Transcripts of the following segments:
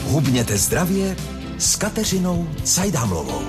Hubněte zdravě s Kateřinou Cajdámlovou.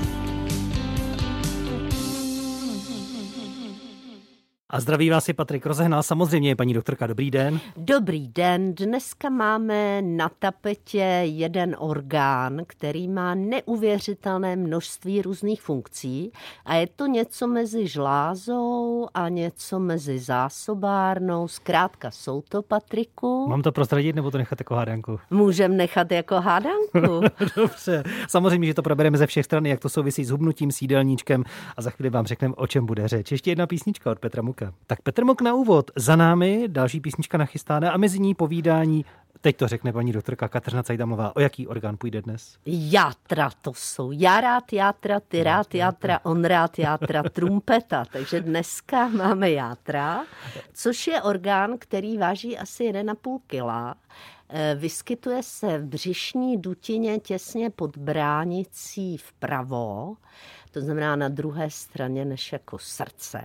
A zdraví vás je Patrik Rozehnal, samozřejmě je paní doktorka. Dobrý den. Dobrý den. Dneska máme na tapetě jeden orgán, který má neuvěřitelné množství různých funkcí a je to něco mezi žlázou a něco mezi zásobárnou. Zkrátka jsou to, Patriku. Mám to prozradit nebo to nechat jako hádanku? Můžem nechat jako hádanku. Dobře. Samozřejmě, že to probereme ze všech stran, jak to souvisí s hubnutím, s jídelníčkem a za chvíli vám řekneme, o čem bude řeč. Ještě jedna písnička od Petra Muka. Tak Petr Muk na úvod, za námi další písnička nachystána a mezi ní povídání. Teď to řekne paní doktorka Kateřina Cajdámlová. O jaký orgán půjde dnes? Játra to jsou. Já rád játra, ty rád játra, on rád játra, trumpeta. Takže dneska máme játra, což je orgán, který váží asi 1,5 kila. Vyskytuje se v břišní dutině těsně pod bránicí vpravo, to znamená na druhé straně než jako srdce.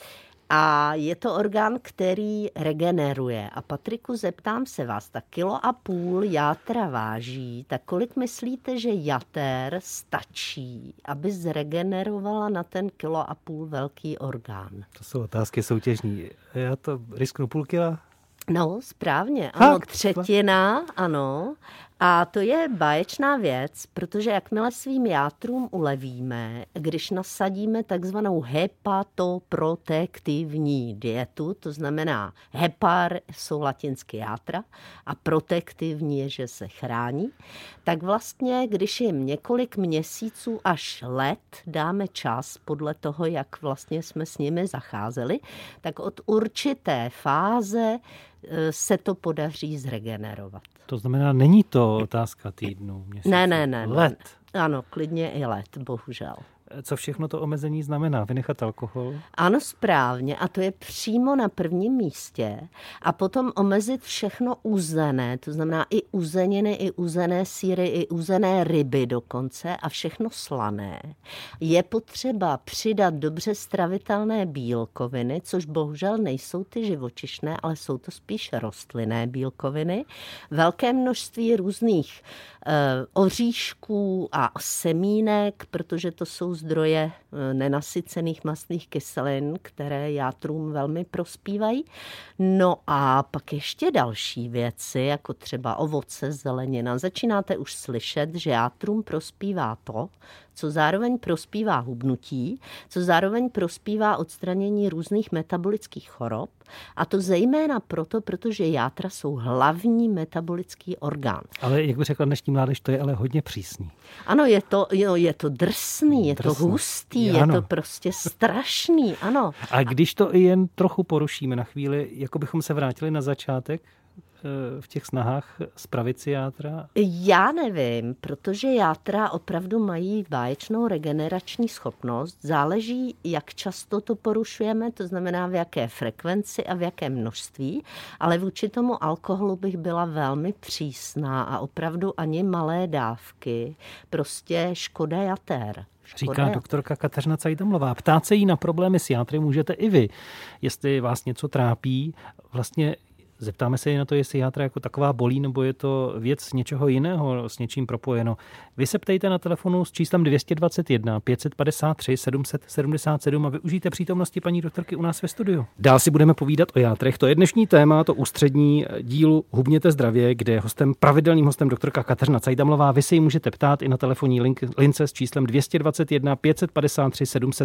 A je to orgán, který regeneruje. A Patriku, zeptám se vás, tak 1,5 kila játra váží, tak kolik myslíte, že jater stačí, aby zregenerovala na ten 1,5 kila velký orgán? To jsou otázky soutěžní. Já to risknu 0,5 kila? No, správně. Ano, třetina, ano. A to je báječná věc, protože jakmile svým játrům ulevíme, když nasadíme takzvanou hepatoprotektivní dietu, to znamená hepar jsou latinsky játra a protektivní je, že se chrání, tak vlastně, když jim několik měsíců až let dáme čas podle toho, jak vlastně jsme s nimi zacházeli, tak od určité fáze se to podaří zregenerovat. To znamená, není to otázka týdnu, měsíce. Ne. Let. Ano, klidně i let, bohužel. Co všechno to omezení znamená? Vynechat alkohol? Ano, správně. A to je přímo na prvním místě. A potom omezit všechno uzené, to znamená i uzeniny, i uzené sýry, i uzené ryby dokonce a všechno slané. Je potřeba přidat dobře stravitelné bílkoviny, což bohužel nejsou ty živočišné, ale jsou to spíš rostlinné bílkoviny. Velké množství různých oříšků a semínek, protože to jsou zdroje nenasycených mastných kyselin, které játrům velmi prospívají. No a pak ještě další věci, jako třeba ovoce, zelenina. Začínáte už slyšet, že játrům prospívá to, co zároveň prospívá hubnutí, co zároveň prospívá odstranění různých metabolických chorob. A to zejména proto, protože játra jsou hlavní metabolický orgán. Ale jak by řekla dnešní mládež, to je ale hodně přísný. Ano, je to drsný, je to hustý, je to prostě strašný, ano. A když to i jen trochu porušíme na chvíli, jako bychom se vrátili na začátek, v těch snahách spravit si játra? Já nevím, protože játra opravdu mají báječnou regenerační schopnost. Záleží, jak často to porušujeme, to znamená v jaké frekvenci a v jakém množství, ale vůči tomu alkoholu bych byla velmi přísná a opravdu ani malé dávky. Prostě škoda jater. Říká doktorka Kateřina Cajdámlová. Ptát se jí na problémy s játry můžete i vy. Jestli vás něco trápí, vlastně zeptáme se jí na to, jestli játra jako taková bolí, nebo je to věc něčeho jiného, s něčím propojeno. Vy se ptejte na telefonu s číslem 221 553 777 a využijte přítomnosti paní doktorky u nás ve studiu. Dál si budeme povídat o játrech. To je dnešní téma, to ústřední dílu Hubněte zdravě, kde je pravidelným hostem doktorka Kateřina Cajdámlová. Vy se jí můžete ptát i na telefonní lince s číslem 221 553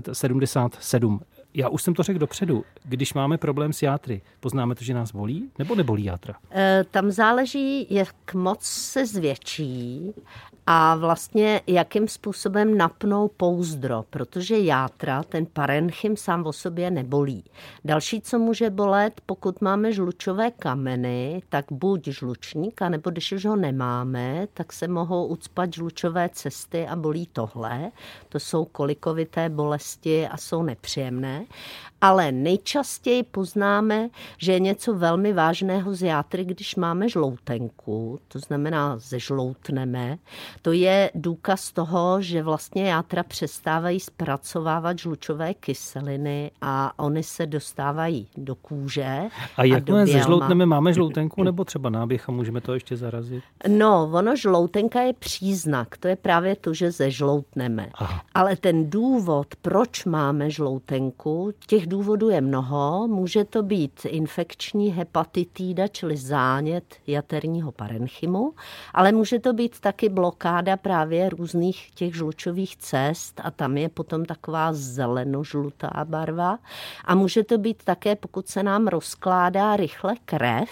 777. Já už jsem to řekl dopředu. Když máme problém s játry, poznáme to, že nás bolí nebo nebolí játra? Tam záleží, jak moc se zvětší a vlastně jakým způsobem napnou pouzdro, protože játra, ten parenchym sám o sobě nebolí. Další, co může bolet, pokud máme žlučové kameny, tak buď žlučník, anebo když už ho nemáme, tak se mohou ucpat žlučové cesty a bolí tohle. To jsou kolikovité bolesti a jsou nepříjemné. Ale nejčastěji poznáme, že je něco velmi vážného z játry, když máme žloutenku, to znamená zežloutneme, To je důkaz toho, že vlastně játra přestávají zpracovávat žlučové kyseliny a oni se dostávají do kůže. A jakmile zežloutneme, máme žloutenku nebo třeba náběh a můžeme to ještě zarazit? No, ono žloutenka je příznak, to je právě to, že zežloutneme. Aha. Ale ten důvod, proč máme žloutenku, těch důvodů je mnoho. Může to být infekční hepatitída, čili zánět jaterního parenchymu, ale může to být taky blokáda právě různých těch žlučových cest a tam je potom taková zelenožlutá barva. A může to být také, pokud se nám rozkládá rychle krev,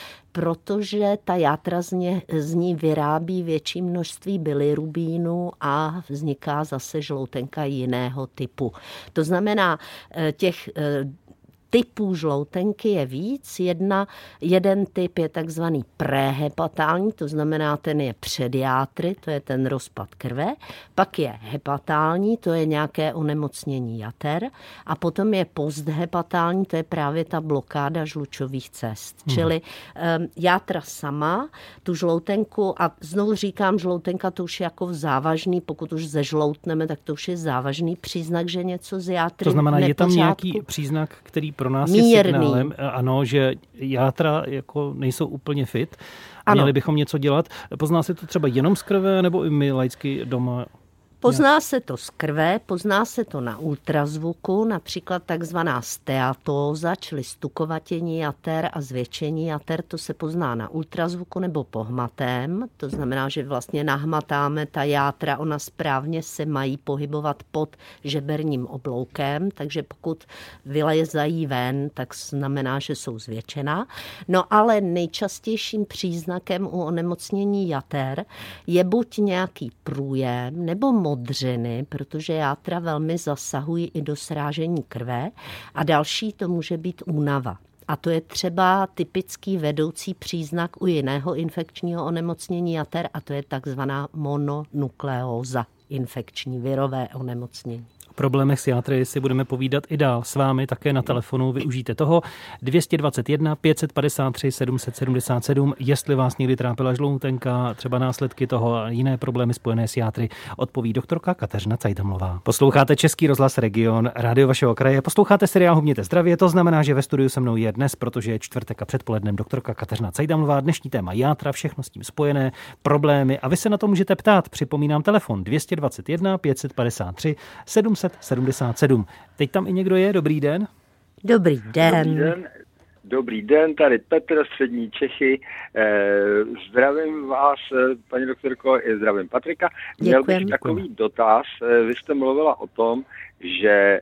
protože ta játra z ní vyrábí větší množství bilirubínu a vzniká zase žloutenka jiného typu. To znamená, těch typů žloutenky je víc. Jeden typ je takzvaný prehepatální, to znamená, ten je před játry, to je ten rozpad krve. Pak je hepatální, to je nějaké onemocnění jater. A potom je posthepatální, to je právě ta blokáda žlučových cest. Čili játra sama, tu žloutenku, a znovu říkám, žloutenka to už je jako závažný, pokud už zežloutneme, tak to už je závažný příznak, že něco z játry To znamená, je tam nějaký příznak, který pro nás je signálem, ano, že játra jako nejsou úplně fit a měli bychom něco dělat. Pozná se to třeba jenom z krve, nebo i my laicky doma? Pozná se to z krve, pozná se to na ultrazvuku, například takzvaná steatóza, čili stukovatění jater a zvětšení jater, to se pozná na ultrazvuku nebo pohmatem, to znamená, že vlastně nahmatáme ta játra, ona správně se mají pohybovat pod žeberním obloukem, takže pokud vylézají ven, tak znamená, že jsou zvětšená. No ale nejčastějším příznakem u onemocnění jater je buď nějaký průjem nebo modřiny, protože játra velmi zasahují i do srážení krve a další to může být únava. A to je třeba typický vedoucí příznak u jiného infekčního onemocnění jater a to je takzvaná mononukleóza, infekční virové onemocnění. O problémech s játry si budeme povídat i dál s vámi, také na telefonu využijte toho 221 553 777, jestli vás někdy trápila žloutenka, třeba následky toho a jiné problémy spojené s játry, odpoví doktorka Kateřina Cajdamlová. Posloucháte Český rozhlas Region, rádio vašeho kraje, posloucháte seriál Hubněte zdravě, to znamená, že ve studiu se mnou je dnes, protože je čtvrtek a předpolednem doktorka Kateřina Cajdamlová, dnešní téma játra, všechno s tím spojené, problémy a vy se na to můžete ptát, připomínám telefon 221 553 777. Teď tam i někdo je, dobrý den. Dobrý den. Dobrý den, tady Petr, Střední Čechy. Zdravím vás, paní doktorko, i zdravím Patrika. Měl bych takový dotaz. Vy jste mluvila o tom, že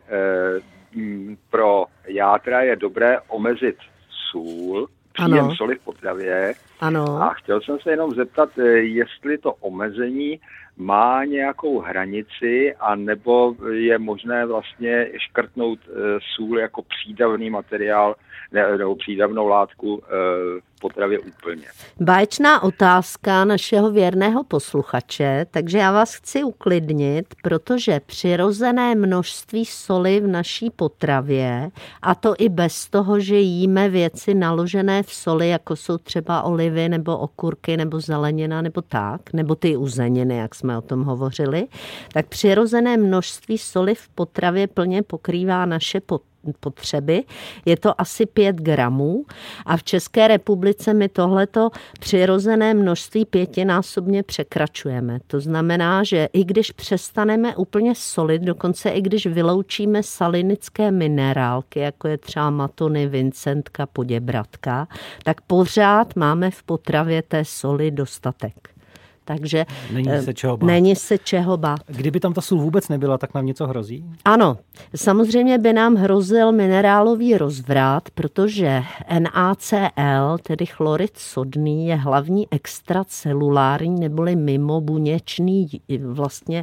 pro játra je dobré omezit sůl, příjem soli v potravě. Ano. A chtěl jsem se jenom zeptat, jestli to omezení má nějakou hranici, a nebo je možné vlastně škrtnout sůl jako přídavný materiál nebo přídavnou látku v potravě úplně. Báječná otázka našeho věrného posluchače, takže já vás chci uklidnit, protože přirozené množství soli v naší potravě, a to i bez toho, že jíme věci naložené v soli, jako jsou třeba olivy nebo okurky nebo zelenina nebo tak, nebo ty uzeniny, jak jsme o tom hovořili, tak přirozené množství soli v potravě plně pokrývá naše potřeby. Je to asi 5 gramů a v České republice my tohleto přirozené množství 5násobně překračujeme. To znamená, že i když přestaneme úplně solit, dokonce i když vyloučíme salinické minerálky, jako je třeba matony, vincentka, poděbratka, tak pořád máme v potravě té soli dostatek. Takže není se čeho bát. Kdyby tam ta sůl vůbec nebyla, tak nám něco hrozí? Ano, samozřejmě by nám hrozil minerálový rozvrat, protože NaCl, tedy chlorid sodný, je hlavní extracelulární neboli mimobuněčný vlastně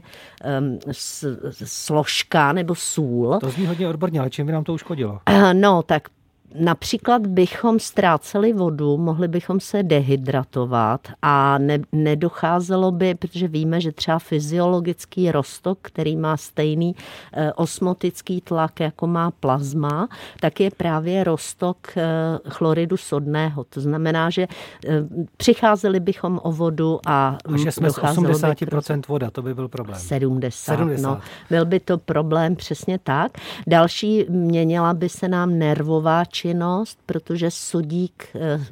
složka nebo sůl. To zní hodně odborně, ale čím by nám to uškodilo? No, tak Například bychom ztráceli vodu, mohli bychom se dehydratovat a nedocházelo by, protože víme, že třeba fyziologický roztok, který má stejný osmotický tlak, jako má plazma, tak je právě roztok chloridu sodného. To znamená, že přicházeli bychom o vodu a že jsme z 80% voda, to by byl problém. 70. No, byl by to problém, přesně tak. Další, měnila by se nám nervová činnost, protože sodík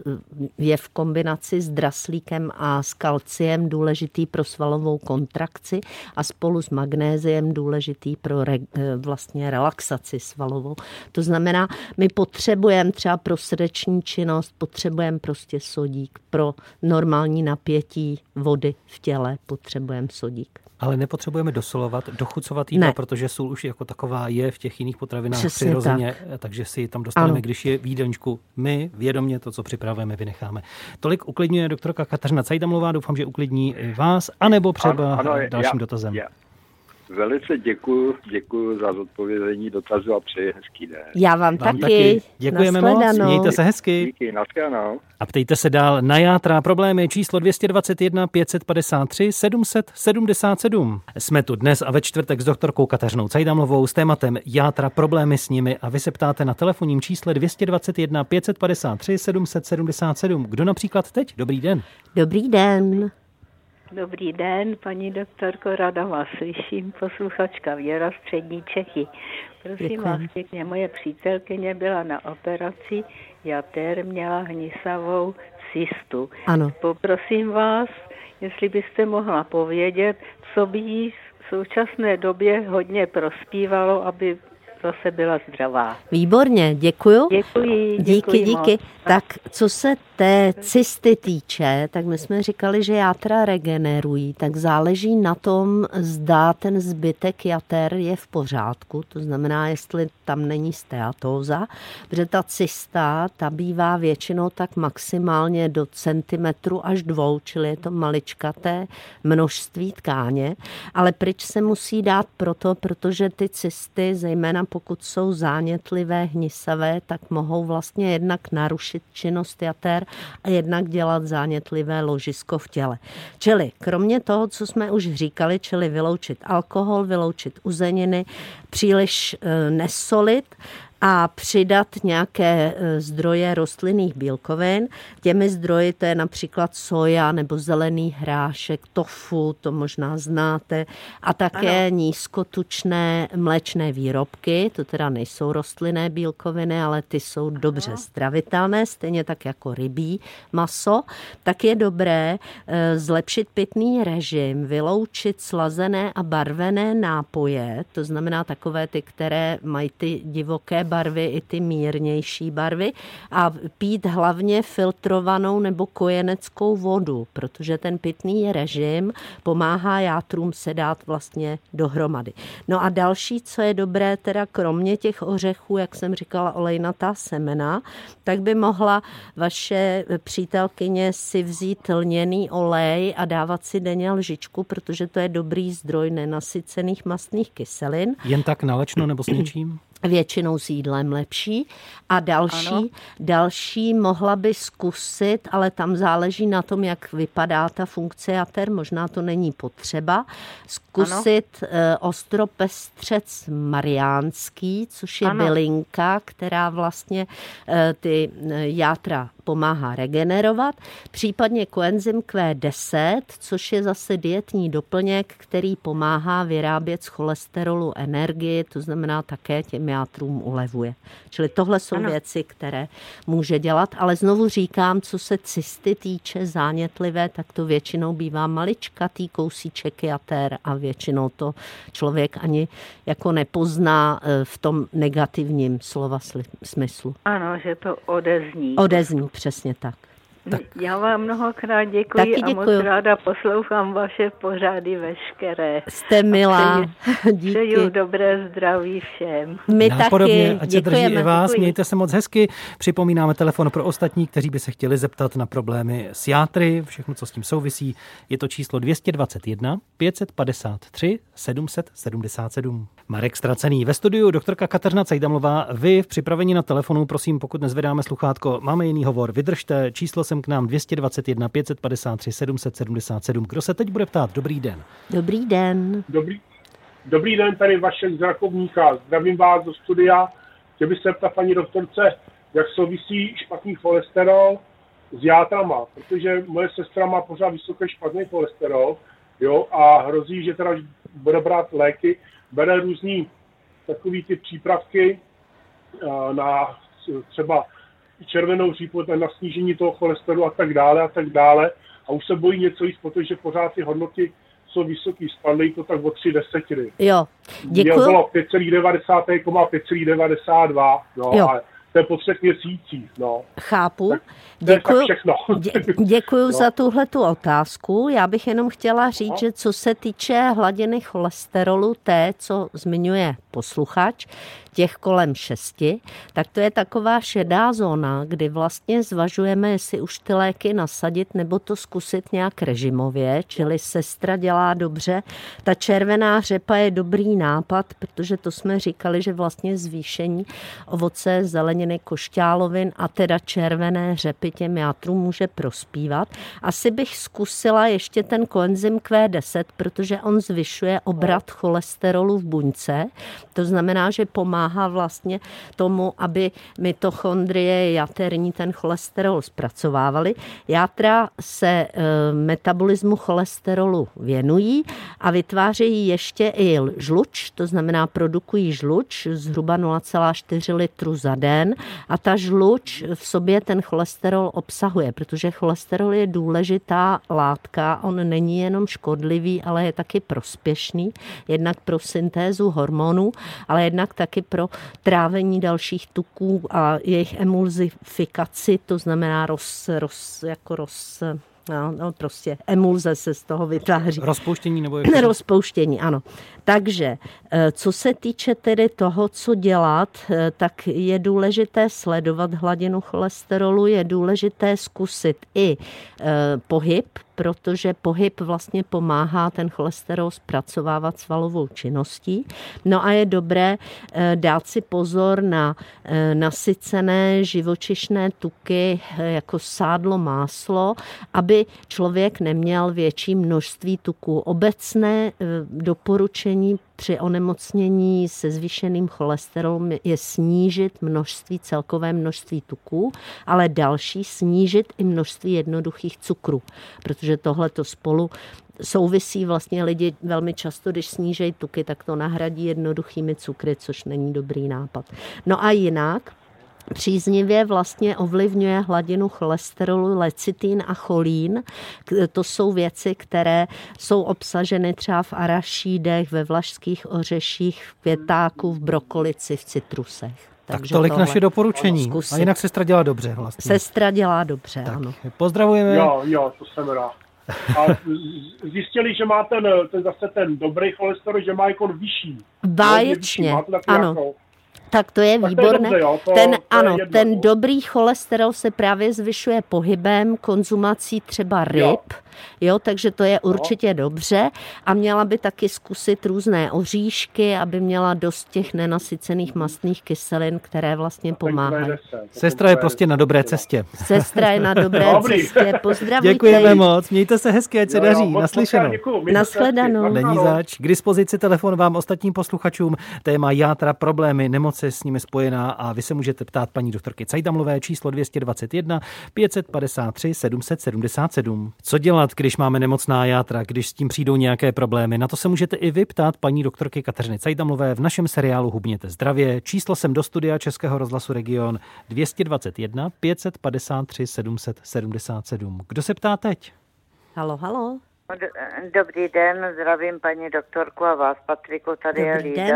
je v kombinaci s draslíkem a s kalciem důležitý pro svalovou kontrakci a spolu s magnéziem důležitý pro vlastně relaxaci svalovou. To znamená, my potřebujeme třeba pro srdeční činnost, potřebujeme prostě sodík. Pro normální napětí vody v těle potřebujeme sodík. Ale nepotřebujeme dosolovat, dochucovat jídla, protože sůl už jako taková je v těch jiných potravinách přirozeně, takže si tam dostaneme, když je v jídelníčku. My vědomě to, co připravujeme, vynecháme. Tolik uklidňuje doktorka Kateřina Cajdamlová, doufám, že uklidní vás, anebo třeba dalším dotazem. Velice děkuju za zodpovězení dotazu a přeji hezký den. Já vám taky. Děkujeme moc, mějte se hezky. Díky, nashledanou. A ptejte se dál na játra problémy číslo 221 553 777. Jsme tu dnes a ve čtvrtek s doktorkou Kateřinou Cajdamlovou s tématem játra problémy s nimi a vy se ptáte na telefonním čísle 221 553 777. Kdo například teď? Dobrý den. Dobrý den. Dobrý den, paní doktorko, ráda vás slyším, posluchačka Věra, Střední Čechy. Prosím vás pěkně, moje přítelkyně byla na operaci jater, měla hnisavou cystu. Ano. Poprosím vás, jestli byste mohla povědět, co by jí v současné době hodně prospívalo, aby zase byla zdravá. Výborně, děkuju. Díky. Moc. Tak co se té cysty týče, tak my jsme říkali, že játra regenerují, tak záleží na tom, zda ten zbytek jater je v pořádku, to znamená, jestli tam není steatóza, protože ta cysta, ta bývá většinou tak maximálně do centimetru až 2, čili je to maličkaté množství tkáně, ale pryč se musí dát proto, protože ty cysty, zejména pokud jsou zánětlivé, hnisavé, tak mohou vlastně jednak narušit činnost jater a jednak dělat zánětlivé ložisko v těle. Čili kromě toho, co jsme už říkali, čili vyloučit alkohol, vyloučit uzeniny, příliš nesolit a přidat nějaké zdroje rostlinných bílkovin. Těmi zdroji to je například soja nebo zelený hrášek, tofu, to možná znáte, a také nízkotučné mléčné výrobky, to teda nejsou rostlinné bílkoviny, ale ty jsou dobře stravitelné, stejně tak jako rybí maso. Tak je dobré zlepšit pitný režim, vyloučit slazené a barvené nápoje, to znamená takové ty, které mají ty divoké barvy i ty mírnější barvy a pít hlavně filtrovanou nebo kojeneckou vodu, protože ten pitný režim pomáhá játrům se dát vlastně dohromady. No a další, co je dobré, teda kromě těch ořechů, jak jsem říkala, olejnatá semena, tak by mohla vaše přítelkyně si vzít lněný olej a dávat si denně lžičku, protože to je dobrý zdroj nenasycených mastných kyselin. Jen tak nalečno nebo s něčím? Většinou s jídlem lepší. A další mohla by zkusit, ale tam záleží na tom, jak vypadá ta funkce jater, možná to není potřeba, zkusit ostropestřec mariánský, což je bylinka, která vlastně ty játra pomáhá regenerovat, případně koenzym Q10, což je zase dietní doplněk, který pomáhá vyrábět z cholesterolu energii, to znamená také těm játrům ulevuje. Čili tohle jsou věci, které může dělat, ale znovu říkám, co se cysty týče zánětlivé, tak to většinou bývá maličkatý kousíček jater a většinou to člověk ani jako nepozná v tom negativním slova smyslu. Ano, že to odezní. Odezní, přesně tak. Já vám mnohokrát děkuji a moc ráda poslouchám vaše pořady veškeré. Jste milá, díky. Přeju dobré zdraví všem. My taky, podobně, ať se drží i vás, děkuji. Mějte se moc hezky. Připomínáme telefon pro ostatní, kteří by se chtěli zeptat na problémy s játry, všechno, co s tím souvisí. Je to číslo 221 553 777. Marek Ztracený. Ve studiu doktorka Kateřina Cajdamlová. Vy v připravení na telefonu, prosím, pokud nezvedáme sluchátko, máme jiný hovor. Vydržte, číslo sem k nám 221 553 777. Kdo se teď bude ptát? Dobrý den. Dobrý den. Dobrý den, tady Vašek z Rakovníka. Zdravím vás do studia. Chtěl bych se ptat paní doktorce, jak souvisí špatný cholesterol s játrama, protože moje sestra má pořád vysoký špatný cholesterol, jo, a hrozí, že teda bude brát léky, bere různý takový ty přípravky na třeba červenou řípu, na snížení toho cholesterolu a tak dále. A už se bojí něco jíst, protože pořád ty hodnoty jsou vysoký, spadly to tak o 3/10. Jo, děkuju. Bylo 5,90, 5,92, no, jo. Ale to je po 3 měsících, no. Chápu. Děkuju za tuhletu otázku. Já bych jenom chtěla říct, že co se týče hladiny cholesterolu, té, co zmiňuje posluchač, těch kolem 6, tak to je taková šedá zóna, kdy vlastně zvažujeme, jestli už ty léky nasadit nebo to zkusit nějak režimově, čili sestra dělá dobře. Ta červená řepa je dobrý nápad, protože to jsme říkali, že vlastně zvýšení ovoce, zeleniny, košťálovin a teda červené řepy těm játrům může prospívat. Asi bych zkusila ještě ten koenzym Q10, protože on zvyšuje obrat cholesterolu v buňce. To znamená, že pomáhá vlastně tomu, aby mitochondrie jaterní ten cholesterol zpracovávaly. Játra se metabolismu cholesterolu věnují a vytvářejí ještě i žluč, to znamená produkují žluč zhruba 0,4 litru za den a ta žluč v sobě ten cholesterol obsahuje, protože cholesterol je důležitá látka, on není jenom škodlivý, ale je taky prospěšný, jednak pro syntézu hormonů, ale jednak taky pro trávení dalších tuků a jejich emulzifikaci, to znamená prostě emulze se z toho vytváří. Rozpouštění nebo Rozpouštění, ano. Takže, co se týče tedy toho, co dělat, tak je důležité sledovat hladinu cholesterolu, je důležité zkusit i pohyb, protože pohyb vlastně pomáhá ten cholesterol zpracovávat svalovou činností. No a je dobré dát si pozor na nasycené živočišné tuky jako sádlo, máslo, aby člověk neměl větší množství tuků. Obecné doporučení při onemocnění se zvýšeným cholesterolem je snížit celkové množství tuků, ale další snížit i množství jednoduchých cukrů, protože tohle to spolu souvisí vlastně lidi velmi často, když snížejí tuky, tak to nahradí jednoduchými cukry, což není dobrý nápad. No a jinak příznivě vlastně ovlivňuje hladinu cholesterolu lecitin a cholín. To jsou věci, které jsou obsaženy třeba v arašídech, ve vlašských ořeších, v květáku, v brokolici, v citrusech. Tak tolik naše doporučení. A jinak sestra dělá dobře vlastně. Sestra dělá dobře, tak, ano. Pozdravujeme. Jo, to jsem rád. A zjistili, že má ten dobrý cholesterol, že má jako vyšší. Báječně, ano. Jako... Tak to je tak výborné. To je dobře, ten dobrý cholesterol se právě zvyšuje pohybem, konzumací třeba ryb, jo, takže to je určitě dobře a měla by taky zkusit různé oříšky, aby měla dost těch nenasycených mastných kyselin, které vlastně pomáhají. Sestra je prostě na dobré cestě. Sestra je na dobré cestě. Pozdravujte. Děkujeme moc, mějte se hezky, ať se daří. Naslyšenou. Nashledanou. Není zač. K dispozici telefon vám ostatním posluchačům. Téma játra, problémy, nemoci s nimi spojená a vy se můžete ptát paní doktorky Cajdamlové, číslo 221 553 777. Co dělat, když máme nemocná játra, když s tím přijdou nějaké problémy? Na to se můžete i vy ptát paní doktorky Kateřiny Cajdamlové v našem seriálu Hubněte zdravě. Číslo sem do studia Českého rozhlasu Region 221 553 777. Kdo se ptá teď? Haló. Dobrý den, zdravím paní doktorku a vás, Patriku, tady je Lída.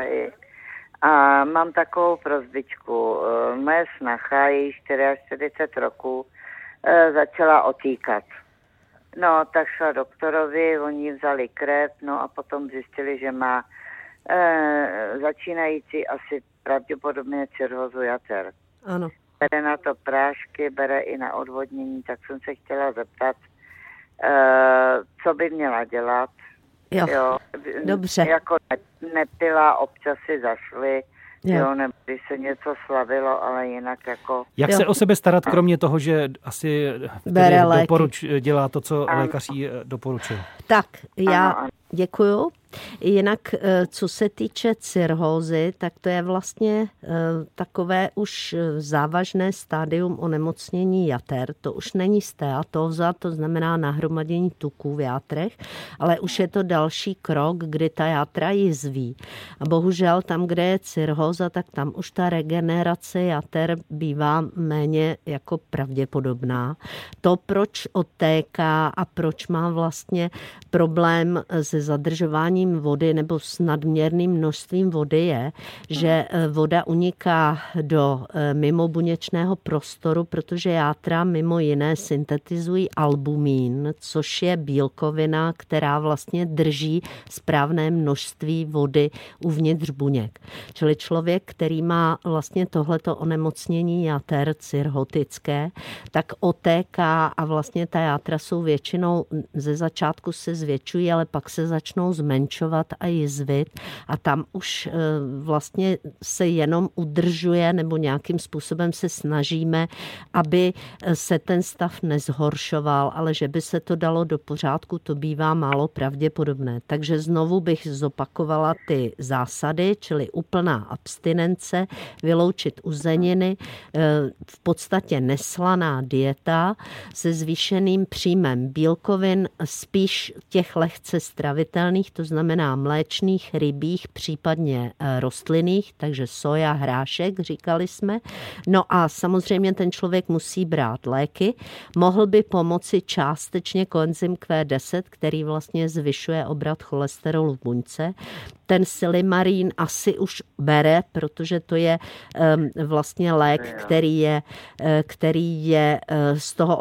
A mám takovou prosbičku. Moje snacha, jí 44 roků, začala otýkat. No, tak šla doktorovi, oni vzali krev, no a potom zjistili, že má začínající asi pravděpodobně cirhózu jater. Ano. Bere na to prášky, bere i na odvodnění, tak jsem se chtěla zeptat, co by měla dělat, Jo. Dobře. Jako nepila, občas si zašli, jo, nebo když se něco slavilo, ale jinak jako... Jak se o sebe starat, kromě toho, že asi dělá to, co lékař jí doporučil? Tak, já děkuju. Jinak, co se týče cirhózy, tak to je vlastně takové už závažné stádium onemocnění jater. To už není steatóza, to znamená nahromadění tuků v játrech, ale už je to další krok, kdy ta játra jizví. A bohužel tam, kde je cirhóza, tak tam už ta regenerace jater bývá méně jako pravděpodobná. To, proč otéká a proč má vlastně problém se zadržováním vody nebo s nadměrným množstvím vody je, že voda uniká do mimobuněčného prostoru, protože játra mimo jiné syntetizují albumín, což je bílkovina, která vlastně drží správné množství vody uvnitř buněk. Čili člověk, který má vlastně tohleto onemocnění jater cirhotické, tak otéká a vlastně ta játra jsou většinou ze začátku se zvětšují, ale pak se začnou zmenšovat a jizvit a tam už vlastně se jenom udržuje nebo nějakým způsobem se snažíme, aby se ten stav nezhoršoval, ale že by se to dalo do pořádku, to bývá málo pravděpodobné. Takže znovu bych zopakovala ty zásady, čili úplná abstinence, vyloučit uzeniny, v podstatě neslaná dieta se zvýšeným příjmem bílkovin, spíš těch lehce stravitelných, to znamená mléčných, rybích, případně rostlinných, takže soja, hrášek, říkali jsme. No a samozřejmě ten člověk musí brát léky. Mohl by pomoci částečně koenzym Q10, který vlastně zvyšuje obrat cholesterolu v buňce. Ten silimarín asi už bere, protože to je vlastně lék, který je z toho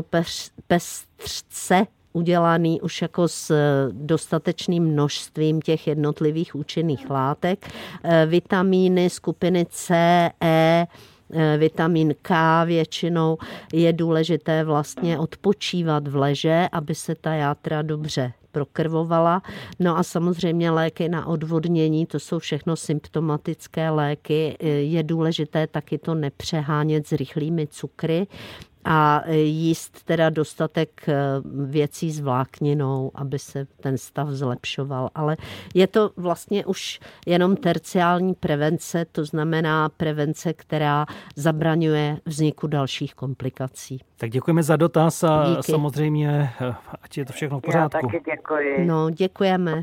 ostropestřce udělaný už jako s dostatečným množstvím těch jednotlivých účinných látek. Vitamíny skupiny C, E, vitamin K většinou je důležité vlastně odpočívat v leže, aby se ta játra dobře prokrvovala. No a samozřejmě léky na odvodnění, to jsou všechno symptomatické léky. Je důležité taky to nepřehánět s rychlými cukry a jíst teda dostatek věcí s vlákninou, aby se ten stav zlepšoval. Ale je to vlastně už jenom terciální prevence, to znamená prevence, která zabraňuje vzniku dalších komplikací. Tak děkujeme za dotaz a díky. Samozřejmě, ať je to všechno v pořádku. Já taky děkuji. No, děkujeme.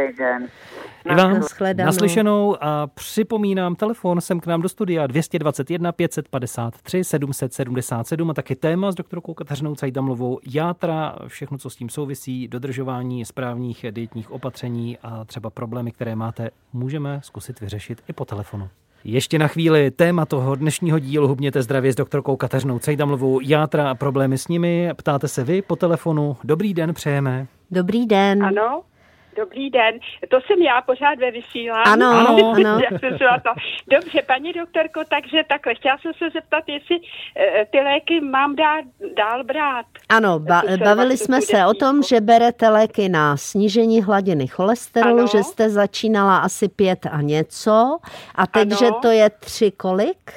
Ivan, naslyšenou a připomínám, telefon sem k nám do studia 221 553 777 a taky téma s doktorkou Kateřinou Cajdamlovou, játra, všechno, co s tím souvisí, dodržování správných dietních opatření a třeba problémy, které máte, můžeme zkusit vyřešit i po telefonu. Ještě na chvíli téma toho dnešního dílu Hubněte zdravě s doktorkou Kateřinou Cajdamlovou, játra a problémy s nimi. Ptáte se vy po telefonu. Dobrý den, přejeme. Dobrý den. Ano. Dobrý den, to jsem já pořád ve vysílání. Ano. Dobře, paní doktorko, takže takhle, chtěla jsem se zeptat, jestli ty léky mám dál brát. Ano, bavili jsme se o tom, že berete léky na snížení hladiny cholesterolu, ano. Že jste začínala asi 5 a něco a teď, ano. Že to je 3 kolik?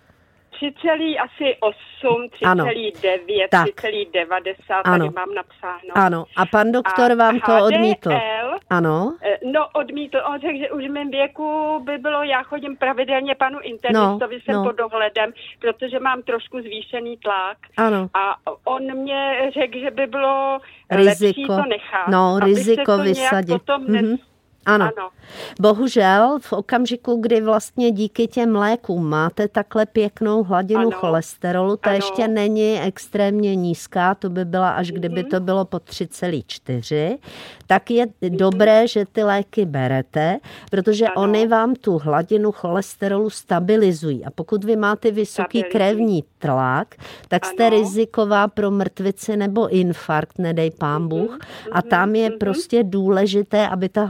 3,8, 3,9, 3,90, tady mám napsáno. Ano, a pan doktor vám to odmítl. Ano. No, odmítl, on řekl, že už v mém věku by bylo, já chodím pravidelně panu internistovi, jsem pod dohledem, protože mám trošku zvýšený tlak. Ano. A on mě řekl, že by bylo lepší to nechat. No, riziko vysadit. Ano. Bohužel v okamžiku, kdy vlastně díky těm lékům máte takhle pěknou hladinu cholesterolu, to ještě není extrémně nízká, to by byla až kdyby to bylo po 3,4, tak je dobré, že ty léky berete, protože oni vám tu hladinu cholesterolu stabilizují. A pokud vy máte vysoký krevní tlak, tak jste riziková pro mrtvici nebo infarkt, nedej pán Bůh. A tam je prostě důležité, aby ta hladina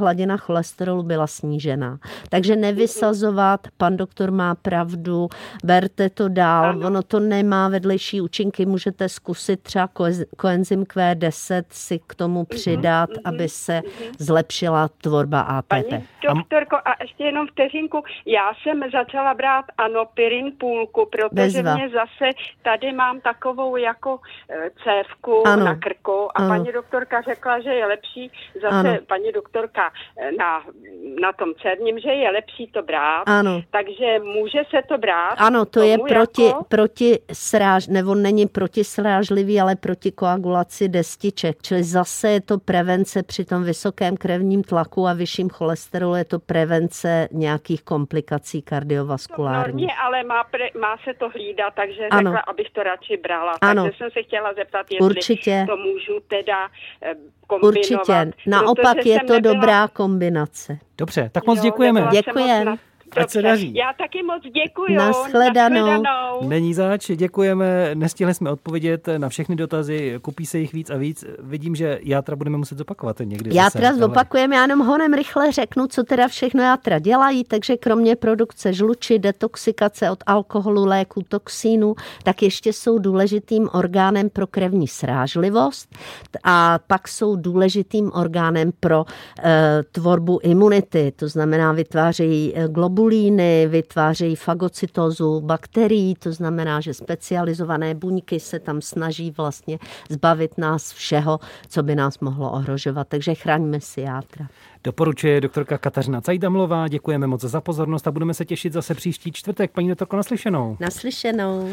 cholesterolu byla snížená. Takže nevysazovat, pan doktor má pravdu, berte to dál, ono to nemá vedlejší účinky, můžete zkusit třeba koenzym Q10 si k tomu přidat, aby se zlepšila tvorba ATP. Paní doktorko, a ještě jenom vteřinku, já jsem začala brát anopirin půlku, protože mě zase tady mám takovou jako cévku na krku a paní doktorka řekla, že je lepší zase paní doktorka na tom cévním, že je lepší to brát, takže může se to brát. Ano, to je proti sráž, nebo není protisrážlivý, ale proti koagulaci destiček, čili zase je to prevence při tom vysokém krevním tlaku a vyšším cholesterolu, je to prevence nějakých komplikací kardiovaskulárních. Ale má se to hlídat, takže řekla, abych to radši brala. Takže jsem se chtěla zeptat, jestli to můžu teda kombinovat. Určitě. Naopak je to dobrá kombinace. Dobře, tak moc děkujeme. Děkujeme. Ať se daří. Já taky moc děkuju. Nashledanou. Není zač, děkujeme. Nestihli jsme odpovědět na všechny dotazy, kupí se jich víc a víc. Vidím, že játra budeme muset zopakovat někdy. Játra zopakujeme, já jenom honem rychle řeknu, co teda všechno játra dělají, takže kromě produkce žluči, detoxikace od alkoholu, léku, toxínů, tak ještě jsou důležitým orgánem pro krevní srážlivost a pak jsou důležitým orgánem pro tvorbu imunity, to znamená vytvářejí globulíny, vytvářejí fagocytózu bakterií, to znamená, že specializované buňky se tam snaží vlastně zbavit nás všeho, co by nás mohlo ohrožovat. Takže chraňme si játra. Doporučuje doktorka Kateřina Cajdamlová. Děkujeme moc za pozornost a budeme se těšit zase příští čtvrtek. Paní doktorko, naslyšenou. Naslyšenou.